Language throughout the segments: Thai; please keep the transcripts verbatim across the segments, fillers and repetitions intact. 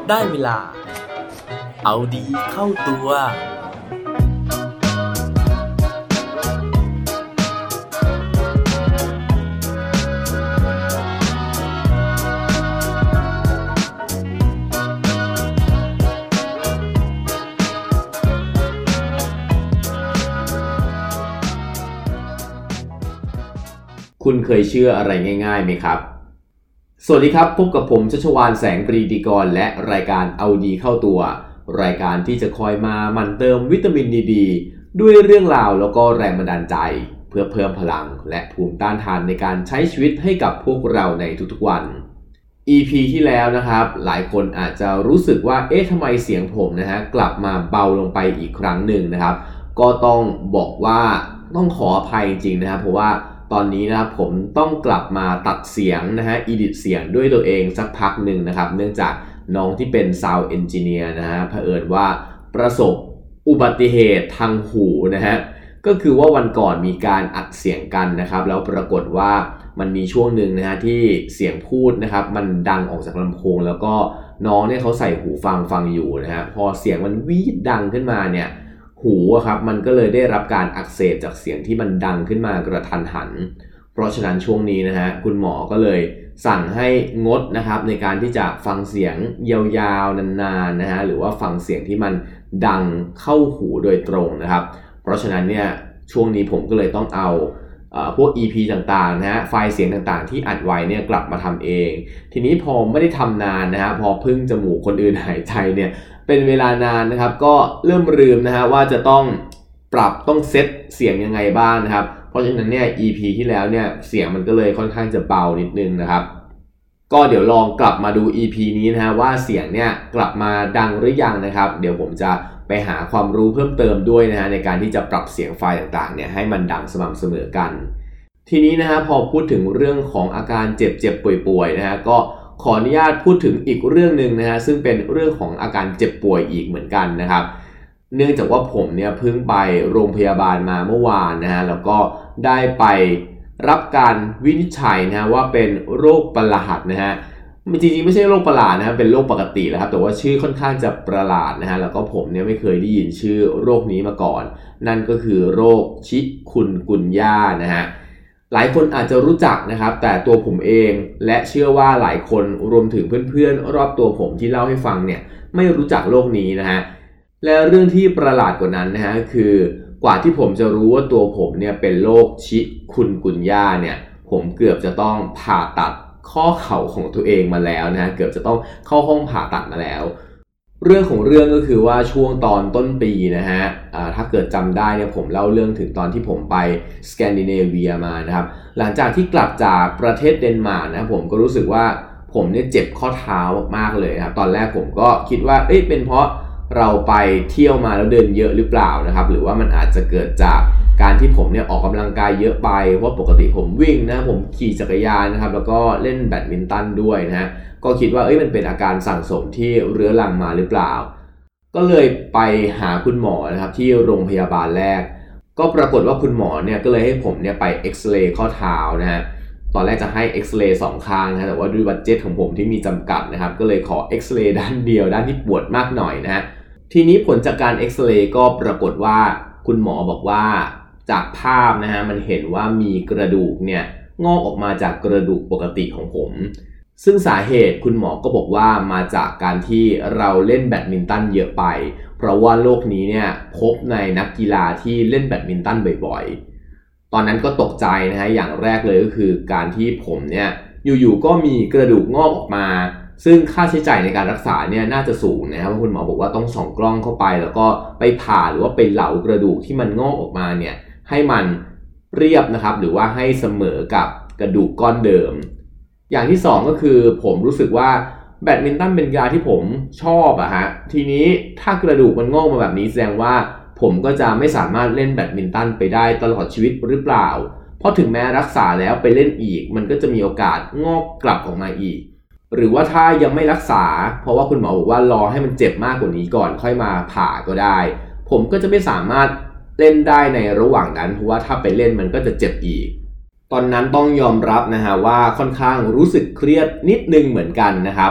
ได้เวลาเอาดีเข้าตัวคุณเคยเชื่ออะไรง่ายๆไหมครับสวัสดีครับพบกับผมชัชวาลแสงปรีดีกรและรายการเอาดีเข้าตัวรายการที่จะคอยมาหมั่นเติมวิตามินดีดีด้วยเรื่องราวแล้วก็แรงบันดาลใจเพื่อเพิ่มพลังและภูมิต้านทานในการใช้ชีวิตให้กับพวกเราในทุกๆวัน อี พี ที่แล้วนะครับหลายคนอาจจะรู้สึกว่าเอ๊ะทำไมเสียงผมนะฮะกลับมาเบาลงไปอีกครั้งหนึ่งนะครับก็ต้องบอกว่าต้องขออภัยจริงๆนะครับเพราะว่าตอนนี้นะครับผมต้องกลับมาตัดเสียงนะฮะอีดิทเสียงด้วยตัวเองสักพักหนึ่งนะครับเนื่องจากน้องที่เป็น Sound Engineer นะฮะเผอิญว่าประสบอุบัติเหตุทางหูนะฮะก็คือว่าวันก่อนมีการอัดเสียงกันนะครับแล้วปรากฏว่ามันมีช่วงหนึ่งนะฮะที่เสียงพูดนะครับมันดังออกจากลำโพงแล้วก็น้องเนี่ยเขาใส่หูฟังฟังอยู่นะฮะพอเสียงมันวีดดังขึ้นมาเนี่ยหูครับมันก็เลยได้รับการอักเสบจากเสียงที่มันดังขึ้นมากระทันหันเพราะฉะนั้นช่วงนี้นะฮะคุณหมอก็เลยสั่งให้งดนะครับในการที่จะฟังเสียงยาวๆนานๆนะฮะหรือว่าฟังเสียงที่มันดังเข้าหูโดยตรงนะครับเพราะฉะนั้นเนี่ยช่วงนี้ผมก็เลยต้องเอาเอ่อพวก อี พี ต่างๆนะฮะไฟล์เสียงต่างๆที่อัดไว้เนี่ยกลับมาทำเองทีนี้พอไม่ได้ทำนานนะฮะพอพึ่งจมูกคนอื่นหายใจเนี่ยเป็นเวลานานนะครับก็เริ่มลืมนะฮะว่าจะต้องปรับต้องเซตเสียงยังไงบ้างนะครับเพราะฉะนั้นเนี่ย อี พี ที่แล้วเนี่ยเสียงมันก็เลยค่อนข้างจะเบานิดนึงนะครับก็เดี๋ยวลองกลับมาดู อี พี นี้นะฮะว่าเสียงเนี่ยกลับมาดังหรือยังนะครับเดี๋ยวผมจะไปหาความรู้เพิ่มเติมด้วยนะฮะในการที่จะปรับเสียงไฟล์ต่างๆเนี่ยให้มันดังสม่ำเสมอกันทีนี้นะฮะพอพูดถึงเรื่องของอาการเจ็บๆป่วยๆนะฮะก็ขออนุญาตพูดถึงอีกเรื่องนึงนะฮะซึ่งเป็นเรื่องของอาการเจ็บป่วยอีกเหมือนกันนะครับเนื่องจากว่าผมเนี่ยเพิ่งไปโรงพยาบาลมาเมื่อวานนะฮะแล้วก็ได้ไปรับการวินิจฉัยนะว่าเป็นโรคประหลาดนะฮะจริงๆไม่ใช่โรคประหลาดนะฮะเป็นโรคปกติแหละครับแต่ว่าชื่อค่อนข้างจะประหลาดนะฮะแล้วก็ผมเนี่ยไม่เคยได้ยินชื่อโรคนี้มาก่อนนั่นก็คือโรคชิคุนกุนย่านะฮะหลายคนอาจจะรู้จักนะครับแต่ตัวผมเองและเชื่อว่าหลายคนรวมถึงเพื่อนๆรอบตัวผมที่เล่าให้ฟังเนี่ยไม่รู้จักโรคนี้นะฮะและเรื่องที่ประหลาดกว่านั้นนะฮะคือกว่าที่ผมจะรู้ว่าตัวผมเนี่ยเป็นโรคชิคุนกุนย่าเนี่ยผมเกือบจะต้องผ่าตัดข้อเข่าของตัวเองมาแล้วนะฮะเกือบจะต้องเข้าห้องผ่าตัดมาแล้วเรื่องของเรื่องก็คือว่าช่วงตอนต้นปีนะฮะถ้าเกิดจำได้เนี่ยผมเล่าเรื่องถึงตอนที่ผมไปสแกนดิเนเวียมานะครับหลังจากที่กลับจากประเทศเดนมาร์กนะผมก็รู้สึกว่าผมเนี่ยเจ็บข้อเท้ามากๆเลยครับตอนแรกผมก็คิดว่าเอ๊ะเป็นเพราะเราไปเที่ยวมาแล้วเดินเยอะหรือเปล่านะครับหรือว่ามันอาจจะเกิดจากการที่ผมเนี่ยออกกำลังกายเยอะไปเพราะปกติผมวิ่งนะผมขี่จักรยานนะครับแล้วก็เล่นแบดมินตันด้วยนะฮะก็คิดว่าเอ้ยมันเป็นอาการสั่งสมที่เรื้อรังมาหรือเปล่าก็เลยไปหาคุณหมอนะครับที่โรงพยาบาลแรกก็ปรากฏว่าคุณหมอเนี่ยก็เลยให้ผมเนี่ยไปเอ็กซเรย์ข้อเท้านะฮะตอนแรกจะให้เอ็กซเรย์สองข้างนะแต่ว่าด้วยบัดเจ็ตของผมที่มีจำกัดนะครับก็เลยขอเอ็กซเรย์ด้านเดียวด้านที่ปวดมากหน่อยนะฮะทีนี้ผลจากการเอ็กซเรย์ก็ปรากฏว่าคุณหมอบอกว่าจากภาพนะฮะมันเห็นว่ามีกระดูกเนี่ยงอกออกมาจากกระดูกปกติของผมซึ่งสาเหตุคุณหมอก็บอกว่ามาจากการที่เราเล่นแบดมินตันเยอะไปเพราะว่าโรคนี้เนี่ยพบในนักกีฬาที่เล่นแบดมินตันบ่อยๆตอนนั้นก็ตกใจนะฮะอย่างแรกเลยก็คือการที่ผมเนี่ยอยู่ๆก็มีกระดูกงอกออกมาซึ่งค่าใช้จ่ายในการรักษาเนี่ยน่าจะสูงนะครับเพราะคุณหมอบอกว่าต้องส่องกล้องเข้าไปแล้วก็ไปผ่าหรือว่าไปเหลากระดูกที่มันงอกออกมาเนี่ยให้มันเรียบนะครับหรือว่าให้เสมอกับกระดูกก้อนเดิมอย่างที่สองก็คือผมรู้สึกว่าแบดมินตันเป็นกีฬาที่ผมชอบอะฮะทีนี้ถ้ากระดูกมันงอกมาแบบนี้แสดงว่าผมก็จะไม่สามารถเล่นแบดมินตันไปได้ตลอดชีวิตหรือเปล่าเพราะถึงแม้รักษาแล้วไปเล่นอีกมันก็จะมีโอกาสงอกกลับออกมาอีกหรือว่าถ้ายังไม่รักษาเพราะว่าคุณหมอบอกว่ารอให้มันเจ็บมากกว่านี้ก่อนค่อยมาผ่าก็ได้ผมก็จะไม่สามารถเล่นได้ในระหว่างนั้นเพราะว่าถ้าไปเล่นมันก็จะเจ็บอีกตอนนั้นต้องยอมรับนะฮะว่าค่อนข้างรู้สึกเครียดนิดนึงเหมือนกันนะครับ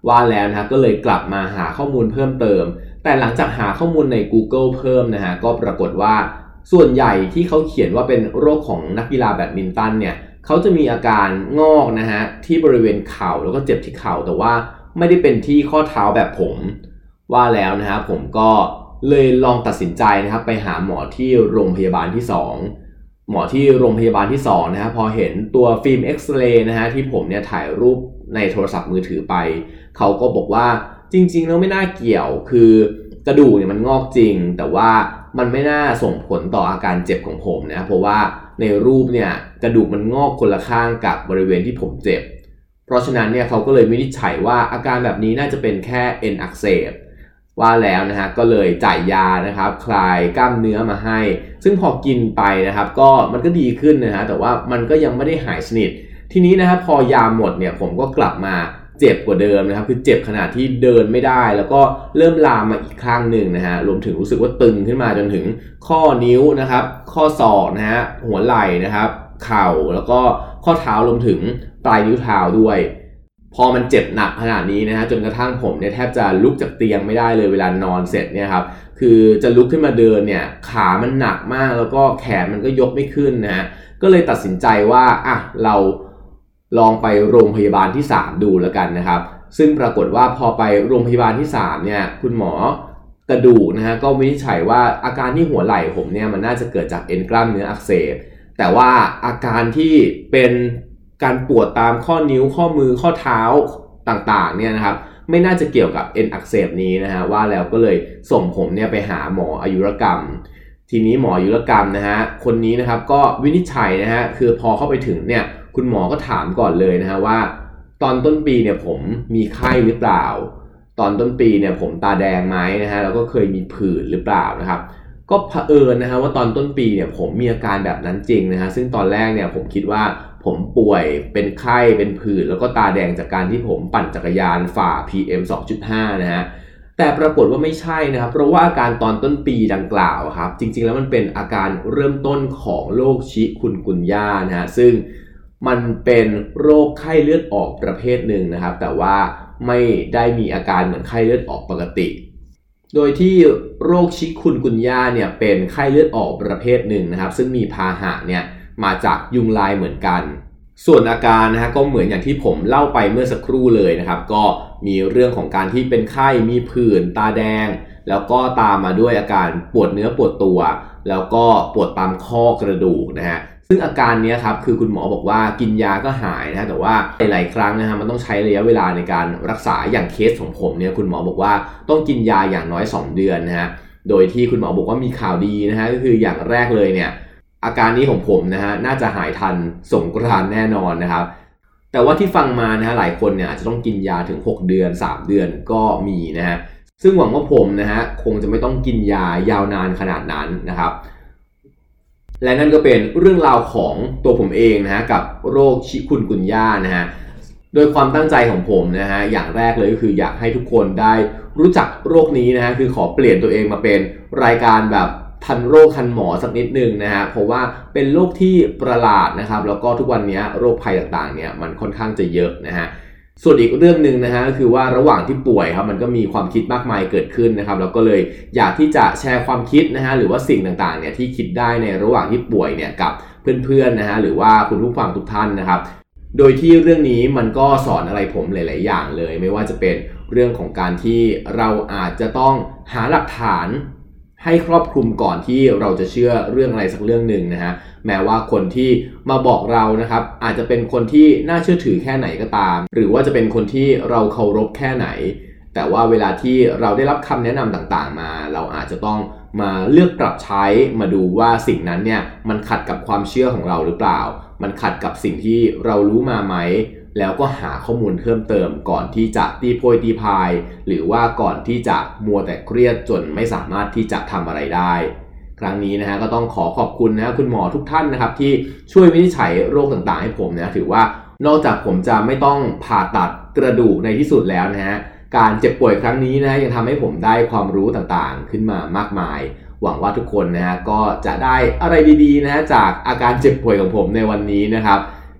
ว่าแล้วนะก็เลยกลับมาหาข้อมูลเพิ่มเติมแต่หลังจากหาข้อมูลใน Google เพิ่มนะฮะก็ปรากฏว่าส่วนใหญ่ที่เขาเขียนว่าเป็นโรคของนักกีฬาแบดมินตันเนี่ยเขาจะมีอาการงอกนะฮะที่บริเวณเข่าแล้วก็เจ็บที่เข่าแต่ว่าไม่ได้เป็นที่ข้อเท้าแบบผมว่าแล้วนะฮะผมก็เลยลองตัดสินใจนะครับไปหาหมอที่โรงพยาบาลที่สองหมอที่โรงพยาบาลที่สองนะฮะพอเห็นตัวฟิล์มเอ็กซเรย์นะฮะที่ผมเนี่ยถ่ายรูปในโทรศัพท์มือถือไปเขาก็บอกว่าจริงๆแล้วไม่น่าเกี่ยวคือกระดูกเนี่ยมันงอกจริงแต่ว่ามันไม่น่าส่งผลต่ออาการเจ็บของผมนะเพราะว่าในรูปเนี่ยกระดูกมันงอกคนละข้างกับบริเวณที่ผมเจ็บเพราะฉะนั้นเนี่ยเขาก็เลยวินิจฉัยว่าอาการแบบนี้น่าจะเป็นแค่เอ็นอักเสบว่าแล้วนะฮะก็เลยจ่ายยานะครับคลายกล้ามเนื้อมาให้ซึ่งพอกินไปนะครับก็มันก็ดีขึ้นนะฮะแต่ว่ามันก็ยังไม่ได้หายสนิททีนี้นะครับพอยาหมดเนี่ยผมก็กลับมาเจ็บกว่าเดิมนะครับคือเจ็บขนาดที่เดินไม่ได้แล้วก็เริ่มลามมาอีกข้างหนึ่งนะฮะรวมถึงรู้สึกว่าตึงขึ้นมาจนถึงข้อนิ้วนะครับข้อศอกนะฮะหัวไหล่นะครับเข่าแล้วก็ข้อเท้ารวมถึงปลายนิ้วเท้าด้วยพอมันเจ็บหนักขนาดนี้นะฮะจนกระทั่งผมเนี่ยแทบจะลุกจากเตียงไม่ได้เลยเวลานอนเสร็จเนี่ยครับคือจะลุกขึ้นมาเดินเนี่ยขามันหนักมากแล้วก็แขนมันก็ยกไม่ขึ้นนะฮะก็เลยตัดสินใจว่าอ่ะเราลองไปโรงพยาบาลที่สามดูแล้วกันนะครับซึ่งปรากฏว่าพอไปโรงพยาบาลที่สามเนี่ยคุณหมอกระดูกนะฮะก็วินิจฉัยว่าอาการที่หัวไหล่ผมเนี่ยมันน่าจะเกิดจากเอ็นกล้ามเนื้ออักเสบแต่ว่าอาการที่เป็นการปวดตามข้อนิ้วข้อมือข้อเท้าต่างๆเนี่ยนะครับไม่น่าจะเกี่ยวกับเอ็นอักเสบนี้นะฮะว่าแล้วก็เลยส่งผมเนี่ยไปหาหมออายุรกรรมทีนี้หมออายุรกรรมนะฮะคนนี้นะครับก็วินิจฉัยนะฮะคือพอเข้าไปถึงเนี่ยคุณหมอก็ถามก่อนเลยนะฮะว่าตอนต้นปีเนี่ยผมมีไข้หรือเปล่าตอนต้นปีเนี่ยผมตาแดงไหมนะฮะแล้วก็เคยมีผื่นหรือเปล่านะครับก็เผอิญนะฮะว่าตอนต้นปีเนี่ยผมมีอาการแบบนั้นจริงนะฮะซึ่งตอนแรกเนี่ยผมคิดว่าผมป่วยเป็นไข้เป็นผื่นแล้วก็ตาแดงจากการที่ผมปั่นจักรยานฝ่า พี เอ็ม สองจุดห้า นะฮะแต่ปรากฏว่าไม่ใช่นะครับเพราะว่าอาการตอนต้นปีดังกล่าวครับจริงๆแล้วมันเป็นอาการเริ่มต้นของโรคชิคุนกุนย่านะฮะซึ่งมันเป็นโรคไข้เลือดออกประเภทหนึ่งนะครับแต่ว่าไม่ได้มีอาการเหมือนไข้เลือดออกปกติโดยที่โรคชิคุนกุนย่าเนี่ยเป็นไข้เลือดออกประเภทหนึ่งนะครับซึ่งมีพาหะเนี่ยมาจากยุงลายเหมือนกันส่วนอาการนะฮะก็เหมือนอย่างที่ผมเล่าไปเมื่อสักครู่เลยนะครับก็มีเรื่องของการที่เป็นไข้มีผื่นตาแดงแล้วก็ตามมาด้วยอาการปวดเนื้อปวดตัวแล้วก็ปวดตามข้อกระดูกนะฮะซึ่งอาการนี้ครับคือคุณหมอบอกว่ากินยาก็หายนะแต่ว่าหลายๆครั้งนะฮะมันต้องใช้ระยะเวลาในการรักษาอย่างเคสของผมเนี่ยคุณหมอบอกว่าต้องกินยาอย่างน้อยสองเดือนนะฮะโดยที่คุณหมอบอกว่ามีข่าวดีนะฮะก็คืออย่างแรกเลยเนี่ยอาการนี้ของผมนะฮะน่าจะหายทันสงกรานต์แน่นอนนะครับแต่ว่าที่ฟังมานะฮะหลายคนเนี่ยอาจจะต้องกินยาถึงหกเดือนสามเดือนก็มีนะฮะซึ่งหวังว่าผมนะฮะคงจะไม่ต้องกินยายาวนานขนาดนั้นนะครับและนั่นก็เป็นเรื่องราวของตัวผมเองนะฮะกับโรคชิคุนกุนย่านะฮะโดยความตั้งใจของผมนะฮะอย่างแรกเลยก็คืออยากให้ทุกคนได้รู้จักโรคนี้นะฮะคือขอเปลี่ยนตัวเองมาเป็นรายการแบบทันโรคทันหมอสักนิดนึงนะฮะเพราะว่าเป็นโรคที่ประหลาดนะครับแล้วก็ทุกวันนี้โรคภัยต่างๆเนี่ยมันค่อนข้างจะเยอะนะฮะส่วนอีกเรื่องนึงนะฮะก็คือว่าระหว่างที่ป่วยครับมันก็มีความคิดมากมายเกิดขึ้นนะครับแล้วก็เลยอยากที่จะแชร์ความคิดนะฮะหรือว่าสิ่งต่างๆเนี่ยที่คิดได้ในระหว่างที่ป่วยเนี่ยกับเพื่อนๆนะฮะหรือว่าคุณผู้ฟังทุกท่านนะครับโดยที่เรื่องนี้มันก็สอนอะไรผมหลายๆอย่างเลยไม่ว่าจะเป็นเรื่องของการที่เราอาจจะต้องหาหลักฐานให้ครอบคลุมก่อนที่เราจะเชื่อเรื่องอะไรสักเรื่องหนึ่งนะฮะแม้ว่าคนที่มาบอกเรานะครับอาจจะเป็นคนที่น่าเชื่อถือแค่ไหนก็ตามหรือว่าจะเป็นคนที่เราเคารพแค่ไหนแต่ว่าเวลาที่เราได้รับคำแนะนำต่างๆมาเราอาจจะต้องมาเลือกปรับใช้มาดูว่าสิ่งนั้นเนี่ยมันขัดกับความเชื่อของเราหรือเปล่ามันขัดกับสิ่งที่เรารู้มาไหมแล้วก็หาข้อมูลเพิ่มเติมก่อนที่จะตีโพยตีพายหรือว่าก่อนที่จะมัวแต่เครียดจนไม่สามารถที่จะทำอะไรได้ครั้งนี้นะฮะก็ต้องขอขอบคุณนะคุณหมอทุกท่านนะครับที่ช่วยวินิจฉัยโรคต่างๆให้ผมนะถือว่านอกจากผมจะไม่ต้องผ่าตัดกระดูกในที่สุดแล้วนะฮะการเจ็บป่วยครั้งนี้นะยังทำให้ผมได้ความรู้ต่างๆขึ้นมามากมายหวังว่าทุกคนนะฮะก็จะได้อะไรดีๆนะจากอาการเจ็บป่วยของผมในวันนี้นะครับ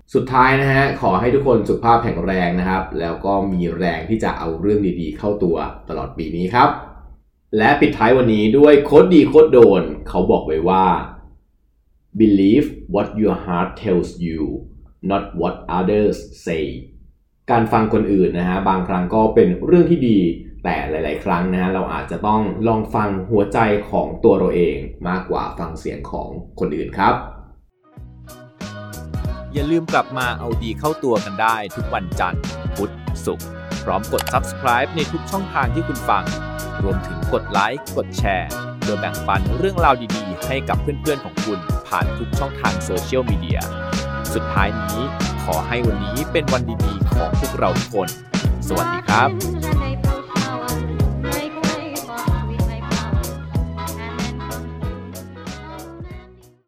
สุดท้ายนะฮะขอให้ทุกคนสุขภาพแข็งแรงนะครับแล้วก็มีแรงที่จะเอาเรื่องดีๆเข้าตัวตลอดปีนี้ครับและปิดท้ายวันนี้ด้วยโค้ดดีโค้ดโดนเขาบอกไว้ว่า believe what your heart tells you not what others say การฟังคนอื่นนะฮะบางครั้งก็เป็นเรื่องที่ดีแต่หลายๆครั้งนะฮะเราอาจจะต้องลองฟังหัวใจของตัวเราเองมากกว่าฟังเสียงของคนอื่นครับอย่าลืมกลับมาเอาดีเข้าตัวกันได้ทุกวันจันทร์พุธศุกร์พร้อมกด ซับสไครบ์ ในทุกช่องทางที่คุณฟังรวมถึงกดไลค์กดแชร์เพื่อแบ่งปันเรื่องราวดีๆให้กับเพื่อนๆของคุณผ่านทุกช่องทางโซเชียลมีเดียสุดท้ายนี้ขอให้วันนี้เป็นวันดีๆของพวกเราทุกคนสวัสดีครับ